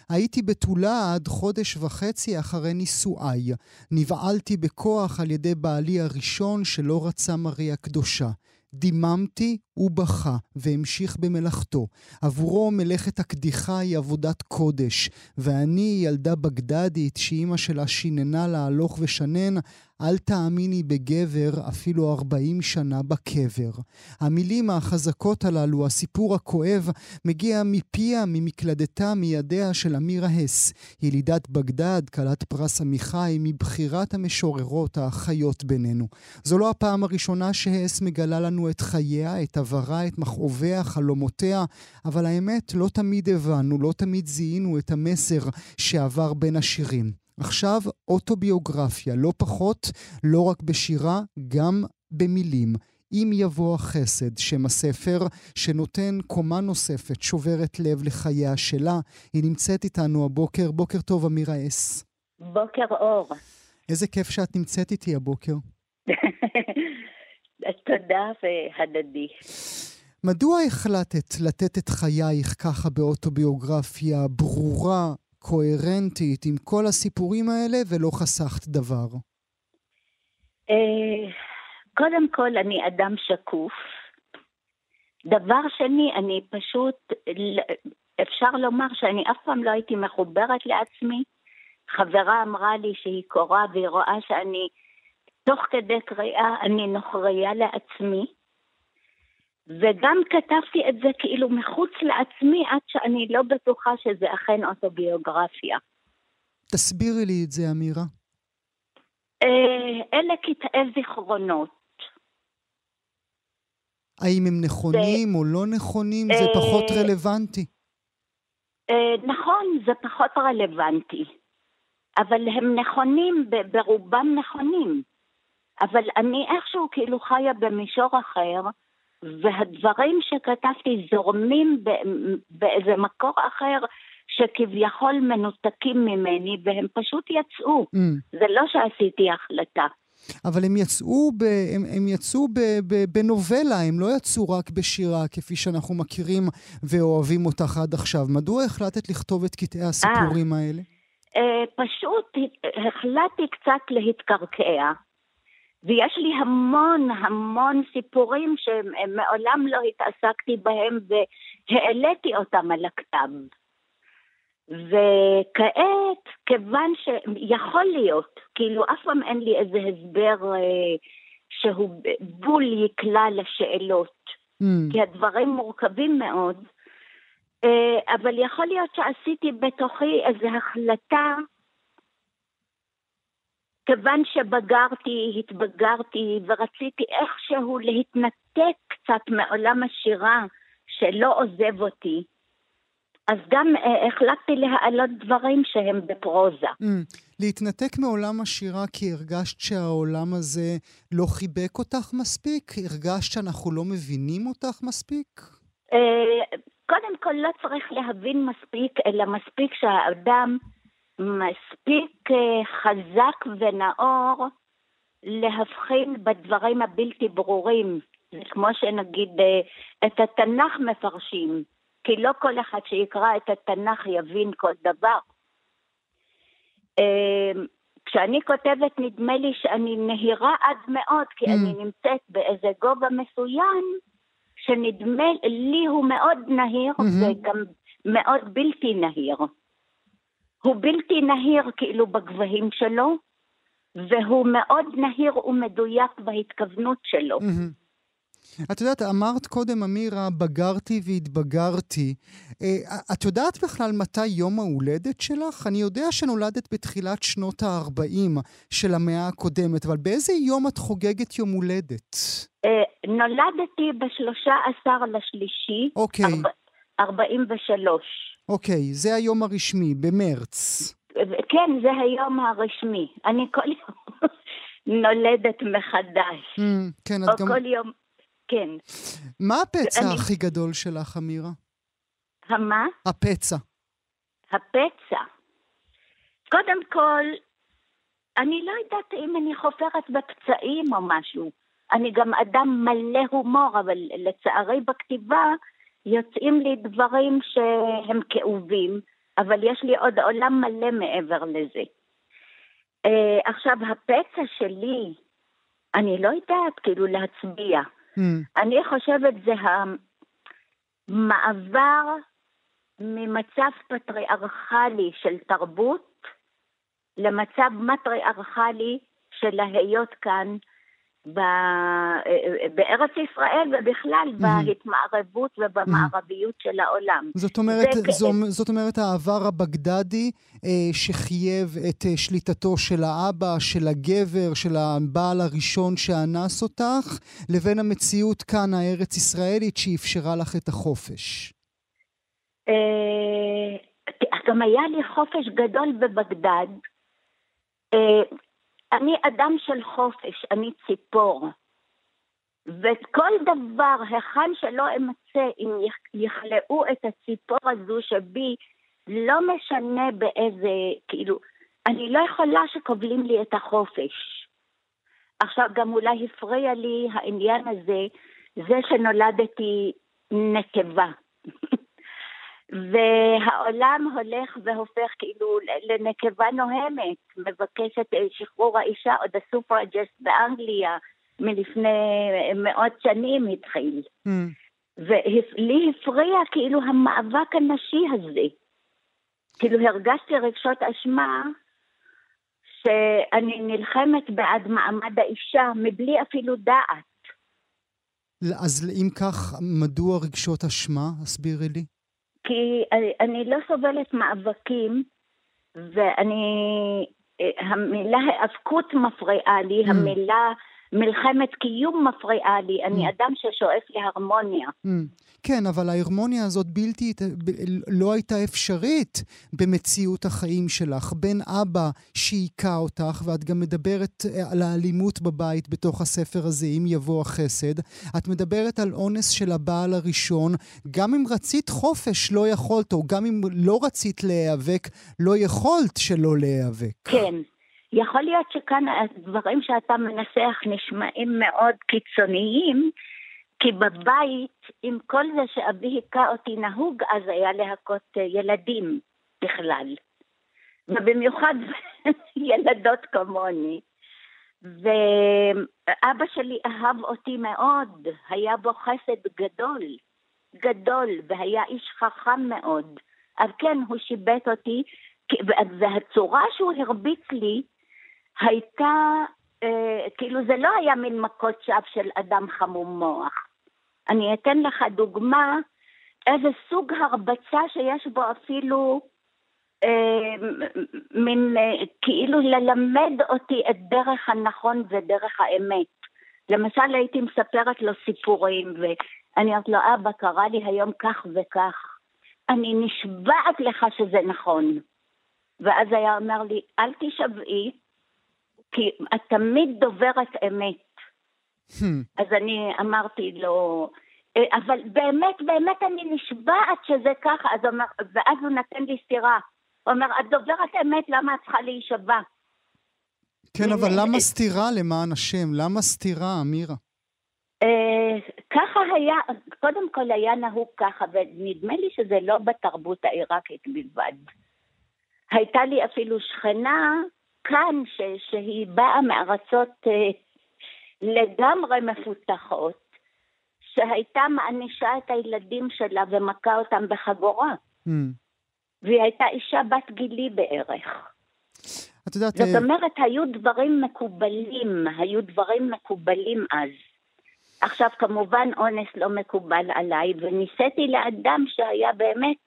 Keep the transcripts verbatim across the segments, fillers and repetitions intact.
הייתי בתולה עד חודש וחצי אחרי נישואיי. נבעלתי בכוח על ידי בעלי הראשון שלא רצה מריה קדושה. דיממתי ובכה והמשיך במלאכתו. עבורו מלאכת הקדיחה היא עבודת קודש, ואני ילדה בגדדית שאימא שלה שיננה לה הלוך ושנן, אל תאמיני בגבר אפילו ארבעים שנה בקבר. המילים החזקות הללו, הסיפור הכואב, מגיע מפיה, ממקלדתה, מידיה של אמירה הס. ילידת בגדד, כלת פרס עמיחי, מבחירת המשוררות החיות בינינו. זו לא הפעם הראשונה שהס מגלה לנו את חייה, את עברה, את מכאוביה, חלומותיה, אבל האמת לא תמיד הבנו, לא תמיד זיהינו את המסר שעבר בין השירים. עכשיו אוטוביוגרפיה, לא פחות, לא רק בשירה, גם במילים. אם יבוא החסד, שם הספר שנותן קומה נוספת, שוברת לב לחייה שלה. היא נמצאת איתנו הבוקר. בוקר טוב, אמירה אס. בוקר אור. איזה כיף שאת נמצאת איתי הבוקר. תודה והדדי. מדוע החלטת לתת את חייך ככה באוטוביוגרפיה ברורה, קוהרנטית, עם כל הסיפורים האלה, ולא חסכת דבר? קודם כל, אני אדם שקוף. דבר שני, אני פשוט, אפשר לומר שאני אף פעם לא הייתי מחוברת לעצמי. חברה אמרה לי שהיא קוראה והיא רואה שאני, תוך כדי קריאה, אני נוחריה לעצמי. וגם כתבתי את זה כאילו מחוץ לעצמי, עד שאני לא בטוחה שזה אכן אוטוביוגרפיה. תסבירי לי את זה, אמירה. אלה קטעי זיכרונות. האם הם נכונים או לא נכונים? זה פחות רלוונטי. נכון, זה פחות רלוונטי. אבל הם נכונים, ברובם נכונים. אבל אני איכשהו כאילו חיה במישור אחר, והדברים שכתבתי זורמים באיזה מקור אחר שכביכול מנותקים ממני, והם פשוט יצאו. Mm. זה לא שעשיתי החלטה. אבל הם יצאו, ב, הם, הם יצאו ב, ב, בנובלה, הם לא יצאו רק בשירה, כפי שאנחנו מכירים ואוהבים אותך עד עכשיו. מדוע החלטת לכתוב את קטעי הסיפורים 아, האלה? אה, פשוט החלטתי קצת להתקרקע. ויש לי המון המון סיפורים שמעולם לא התעסקתי בהם והעליתי אותם על הכתב. וכעת, כיוון שיכול להיות, כאילו אף פעם אין לי איזה הסבר אה, שהוא בול יקלה לשאלות, mm. כי הדברים מורכבים מאוד, אה, אבל יכול להיות שעשיתי בתוכי איזו החלטה, כיוון שבגרתי, התבגרתי ורציתי איכשהו להתנתק קצת מעולם השירה שלא עוזב אותי, אז גם אה, החלטתי להעלות דברים שהם בפרוזה. Mm, להתנתק מעולם השירה כי הרגשת שהעולם הזה לא חיבק אותך מספיק? הרגשת שאנחנו לא מבינים אותך מספיק? אה, קודם כל לא צריך להבין מספיק, אלא מספיק שהאדם מספיק חזק ונאור להבחין בדברים הבלתי ברורים. זה כמו שנגיד את התנ"ך מפרשים, כי לא כל אחד שיקרא את התנ"ך יבין כל דבר. כשאני כותבת נדמה לי שאני נהירה עד מאוד, כי mm. אני נמצאת באיזה גובה מסוים שנדמה לי הוא מאוד נהיר mm-hmm. וגם מאוד בלתי נהיר. הוא בלתי נהיר כאילו בגבהים שלו, והוא מאוד נהיר ומדויק בהתכוונות שלו. Mm-hmm. את יודעת, אמרת קודם, אמירה, בגרתי והתבגרתי. את יודעת בכלל מתי יום ההולדת שלך? אני יודע שנולדת בתחילת שנות ה-ארבעים של המאה הקודמת, אבל באיזה יום את חוגגת יום הולדת? נולדתי בשלושה עשר לשלישי, אוקיי. ארבעים ושלוש. אוקיי, זה היום הרשמי, במרץ. כן, זה היום הרשמי. אני כל יום נולדת מחדש. Mm, כן, או את גם... כל יום, כן. מה הפצע אני... הכי גדול שלך, אמירה? המה? הפצע. הפצע. קודם כל, אני לא יודעת אם אני חופרת בפצעים או משהו. אני גם אדם מלא הומור, אבל לצערי בכתיבה יוצאים לי דברים שהם כאובים, אבל יש לי עוד עולם מלא מעבר לזה. Uh, עכשיו, הפצע שלי, אני לא יודעת כאילו להצביע. Mm. אני חושבת זה המעבר ממצב פטריארכלי של תרבות, למצב מטריארכלי של להיות כאן בארץ ישראל ובכלל mm-hmm. בהתמערבות ובמערביות mm-hmm. של העולם. זאת אומרת, זו, זאת אומרת העבר הבגדדי אה, שחייב את אה, שליטתו של האבא, של הגבר, של הבעל הראשון שאנס אותך, לבין המציאות כאן הארץ ישראלית שאפשרה לך את החופש. אה, גם היה לי חופש גדול בבגדד. אה, אני אדם של חופש, אני ציפור. וכל דבר, היכן שלא אמצא, אם יכלאו את הציפור הזו שבי, לא משנה באיזה, כאילו, אני לא יכולה שקובלים לי את החופש. עכשיו גם אולי הפריע לי העניין הזה, זה שנולדתי נקבה. והעולם הולך והופך כאילו לנקבה נוהמת, מבקשת שחרור האישה, עוד הסופרג'סט באנגליה מלפני מאות שנים התחיל. Mm. ולי הפריע כאילו המאבק הנשי הזה. כאילו הרגשתי רגשות אשמה שאני נלחמת בעד מעמד האישה מבלי אפילו דעת. אז אם כך, מדוע רגשות אשמה? הסבירי לי. כי אני, אני לא סובלת מאבקים, ואני, המילה האבקות מפריעה לי, mm. המילה מלחמת קיום מפריעה לי, אני mm. אדם ששואף להרמוניה. Mm. כן, אבל ההרמוניה הזאת בלתי, לא הייתה אפשרית במציאות החיים שלך. בן אבא שהיכה אותך, ואת גם מדברת על האלימות בבית בתוך הספר הזה, אם יבוא החסד. את מדברת על אונס של הבעל הראשון, גם אם רצית חופש לא יכולת, או גם אם לא רצית להיאבק, לא יכולת שלא להיאבק. כן. יכול להיות שכאן הדברים שאתה מנסח נשמעים מאוד קיצוניים, כי בבית, עם כל זה שאבי היכה אותי נהוג, אז היה להכות ילדים בכלל. ובמיוחד ילדות כמוני. ואבא שלי אהב אותי מאוד, היה בו חסד גדול, גדול, והיה איש חכם מאוד. אבל כן, הוא שיבט אותי, והצורה שהוא הרביץ לי, הייתה, אה, כאילו זה לא היה מין מכות שווא של אדם חמום מוח. אני אתן לך דוגמה, איזה סוג הרבצה שיש בו אפילו, אה, מין, אה, כאילו ללמד אותי את דרך הנכון ודרך האמת. למשל הייתי מספרת לו סיפורים, ואני אומרת לו, אבא קרא לי היום כך וכך, אני נשבעת לך שזה נכון. ואז היה אומר לי, אל תשבעי, כי את תמיד דוברת אמת. Hmm. אז אני אמרתי לו, אבל באמת, באמת אני נשבעת שזה ככה. אז אומר, ואז הוא נתן לי סתירה. הוא אומר, את דוברת אמת, למה את צריכה להישבע? כן, אבל למה סתירה למען השם? למה סתירה, אמירה? ככה היה, קודם כל היה נהוג ככה, ונדמה לי שזה לא בתרבות העיראקית בלבד. הייתה לי אפילו שכנה כאן ש- שהיא באה מארצות אה, לגמרי מפותחות, שהייתה מענישה את הילדים שלה ומכה אותם בחגורה. Mm. והיא הייתה אישה בת גילי בערך. את יודעת, זאת אומרת, היו דברים מקובלים, היו דברים מקובלים אז. עכשיו כמובן אונס לא מקובל עליי, וניסיתי לאדם שהיה באמת,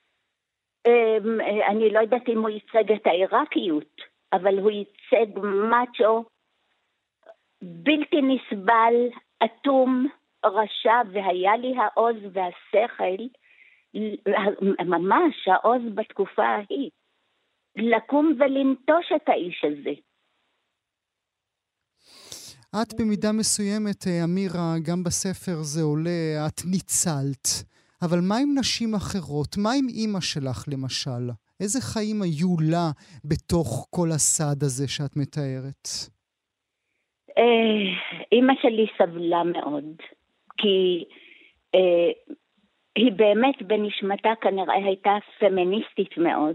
אני לא יודעת אם הוא ייצג את העיראקיות, אבל הוא ייצג מאצ'ו בלתי נסבל, אטום, רשע, והיה לי העוז והשכל, ממש העוז בתקופה ההיא, לקום ולנטוש את האיש הזה. את במידה מסוימת, אמירה, גם בספר זה עולה, את ניצלת. אבל מה עם נשים אחרות? מה עם אמא שלך למשל? איזה חיים היו לה בתוך כל הסד הזה שאת מתארת? אמא שלי סבלה מאוד, כי היא באמת בנשמתה כנראה הייתה פמיניסטית מאוד,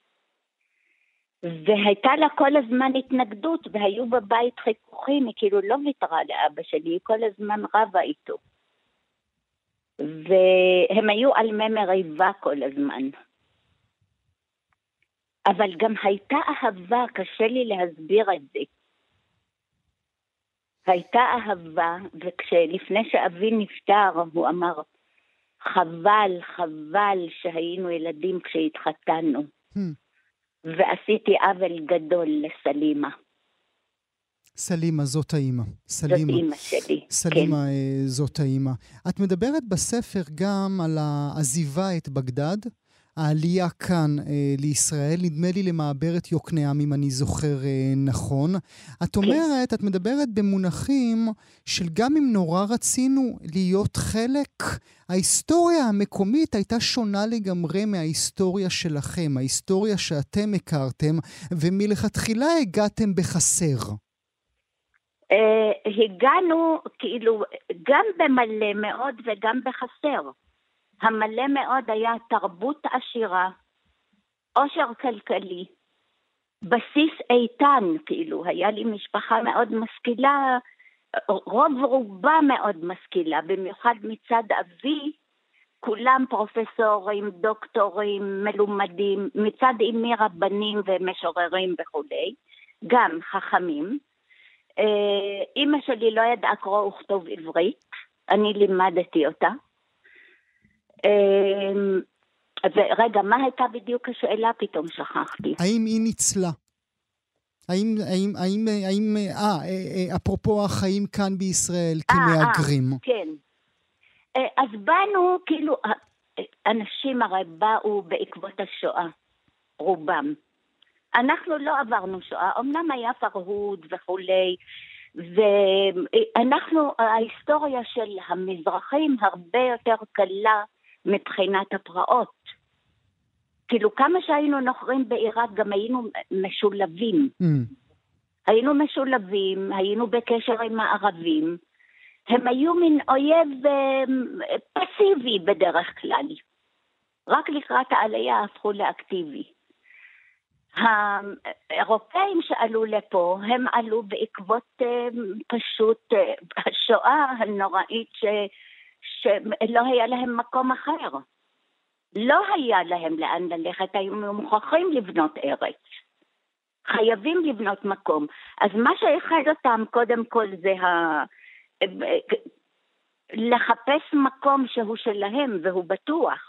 והייתה לה כל הזמן התנגדות, והיו בבית חיכוכים, היא כאילו לא ויתרה לאבא שלי, היא כל הזמן רבה איתו. והם היו על מי מריבה כל הזמן. אבל גם הייתה אהבה, קשה לי להסביר את זה. הייתה אהבה, וכשלפני שאבי נפטר, הוא אמר, חבל, חבל שהיינו ילדים כשהתחתנו. Hmm. ועשיתי עוול גדול לסלימה. סלימה, זאת האמא. סלימה. זאת אמא שלי. סלימה, כן. זאת האמא. את מדברת בספר גם על העזיבה את בגדד, העלייה כאן אה, לישראל, נדמה לי למעברת יוקנעם, אם אני זוכר אה, נכון. את אומרת, כן. את מדברת במונחים של גם אם נורא רצינו להיות חלק, ההיסטוריה המקומית הייתה שונה לגמרי מההיסטוריה שלכם, ההיסטוריה שאתם הכרתם, ומלכתחילה הגעתם בחסר. Uh, הגענו כאילו גם במלא מאוד וגם בחסר. המלא מאוד היה תרבות עשירה, עושר כלכלי, בסיס איתן, כאילו, היה לי משפחה מאוד משכילה, רוב רובה מאוד משכילה, במיוחד מצד אבי, כולם פרופסורים, דוקטורים, מלומדים, מצד אמי רבנים ומשוררים וכו', גם חכמים. אמא שלי לא ידעה קרוא וכתוב עברית, אני לימדתי אותה. ורגע, מה הייתה בדיוק השאלה? פתאום שכחתי. האם היא ניצלה? האם, האם, האם, האם, אה, אפרופו החיים כאן בישראל כמהגרים. כן. אז באנו, כאילו, אנשים הרי באו בעקבות השואה, רובם. אנחנו לא עברנו שואה, אמנם היה פרהוד וכולי, ואנחנו, ההיסטוריה של המזרחים הרבה יותר קלה מבחינת הפרעות. כאילו כמה שהיינו נוחרים בעיראק גם היינו משולבים. Mm. היינו משולבים, היינו בקשר עם הערבים. הם היו מין אויב פסיבי בדרך כלל. רק לקראת העלייה הפכו לאקטיבי. האירופאים שעלו לפה, הם עלו בעקבות פשוט השואה הנוראית ש... שלא היה להם מקום אחר. לא היה להם לאן ללכת, היו מוכרחים לבנות ארץ. חייבים לבנות מקום. אז מה שאחד אותם קודם כל זה ה... לחפש מקום שהוא שלהם והוא בטוח.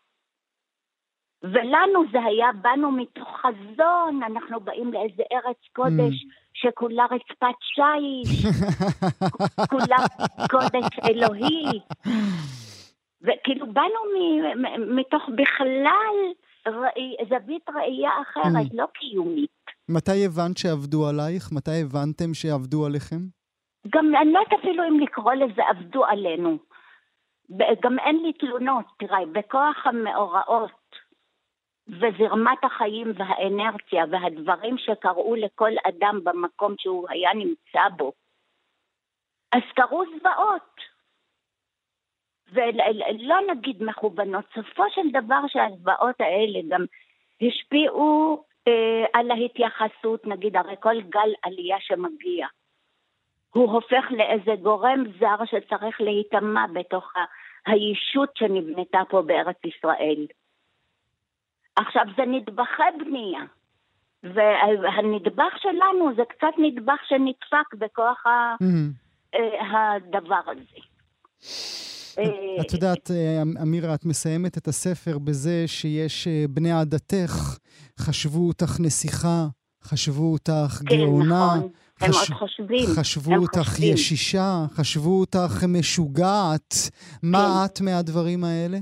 ולנו זה היה, באנו מתוך חזון, אנחנו באים לאיזה ארץ קודש mm. שכולה רצפת שיש, כולה קודש אלוהי. וכאילו באנו מ- מ- מתוך בכלל ראי, זווית ראייה אחרת, mm. לא קיומית. מתי הבנת שעבדו עלייך? מתי הבנתם שעבדו עליכם? גם אני לא יודעת אפילו אם לקרוא לזה עבדו עלינו. גם אין לי תלונות, תראי, בכוח המאורעות, וזרמת החיים והאנרציה והדברים שקראו לכל אדם במקום שהוא היה נמצא בו. אז קראו זוועות. ולא נגיד מכוונות. סופו של דבר שהזוועות האלה גם השפיעו אה, על ההתייחסות, נגיד הרי כל גל עלייה שמגיע. הוא הופך לאיזה גורם זר שצריך להתאמה בתוך הישות שנבנתה פה בארץ ישראל. עכשיו זה נדבכי בנייה, והנדבך שלנו זה קצת נדבך שנדפק בכוח mm-hmm. הדבר הזה. את יודעת, אמירה, את מסיימת את הספר בזה שיש בני עדתך, חשבו אותך נסיכה, חשבו אותך כן, גאונה, נכון. הם חש... עוד חושבים. חשבו הם אותך חושבים. ישישה, חשבו אותך משוגעת. כן. מה את מהדברים האלה?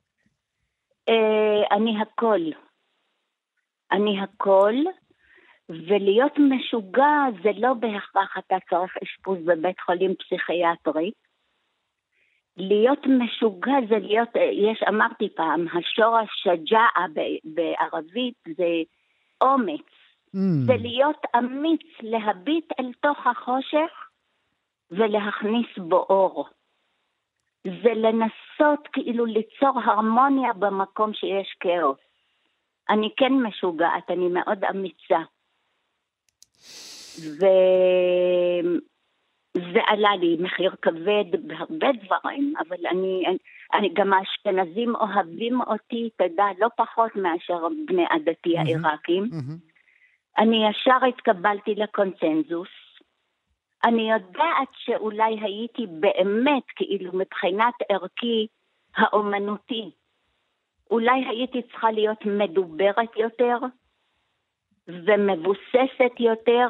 אני הכל. אני הכל, ולהיות משוגע זה לא בהכרח אתה צריך אשפוז בבית חולים פסיכיאטרי. להיות משוגע זה להיות, יש אמרתי פעם, השורש שג'עה בערבית זה אומץ. Mm. זה להיות אמיץ, להביט אל תוך החושך ולהכניס בו אור. זה לנסות כאילו ליצור הרמוניה במקום שיש כאוס. אני כן משוגעת, אני מאוד אמיצה. וזה עלה לי מחיר כבד בהרבה דברים, אבל אני, אני גם האשכנזים אוהבים אותי, תדע, לא פחות מאשר בני עדתי העיראקים. אני ישר התקבלתי לקונצנזוס. אני יודעת שאולי הייתי באמת, כאילו מבחינת ערכי האומנותי, אולי הייתי צריכה להיות מדוברת יותר, ומבוססת יותר,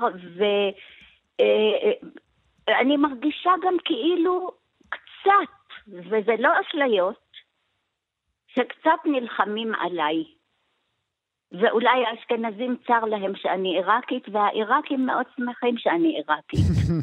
ואני מרגישה גם כאילו קצת, וזה לא אשליות, שקצת נלחמים עליי. ואולי האשכנזים צר להם שאני עיראקית, והעיראקים מאוד שמחים שאני עיראקית.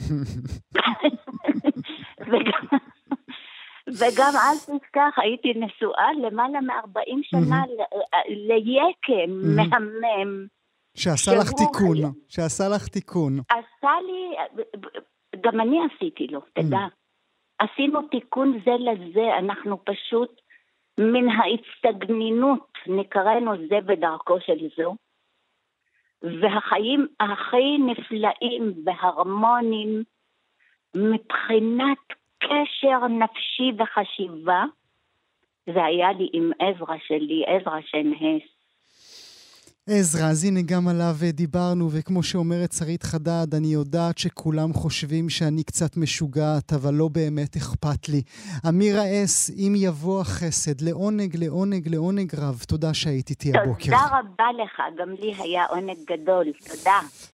וגם, וגם אל תשכח, הייתי נשואה למעלה מ-ארבעים שנה ליקם, מהמם. שעשה לך תיקון, שעשה לך תיקון. עשה לי, גם אני עשיתי לו, תדע. עשינו תיקון זה לזה, אנחנו פשוט מן ההצטגנינות, נקראנו זה בדרכו של זו, והחיים הכי נפלאים והרמונים מבחינת קשר נפשי וחשיבה, זה היה לי עם עזרא שלי, עזרא שנהס. עזרא, אז הנה גם עליו דיברנו, וכמו שאומרת שרית חדד, אני יודעת שכולם חושבים שאני קצת משוגעת, אבל לא באמת אכפת לי. אמירה אס, אם יבוא החסד, לעונג, לעונג, לעונג רב, תודה שהיית איתי הבוקר. תודה רבה לך, גם לי היה עונג גדול, תודה.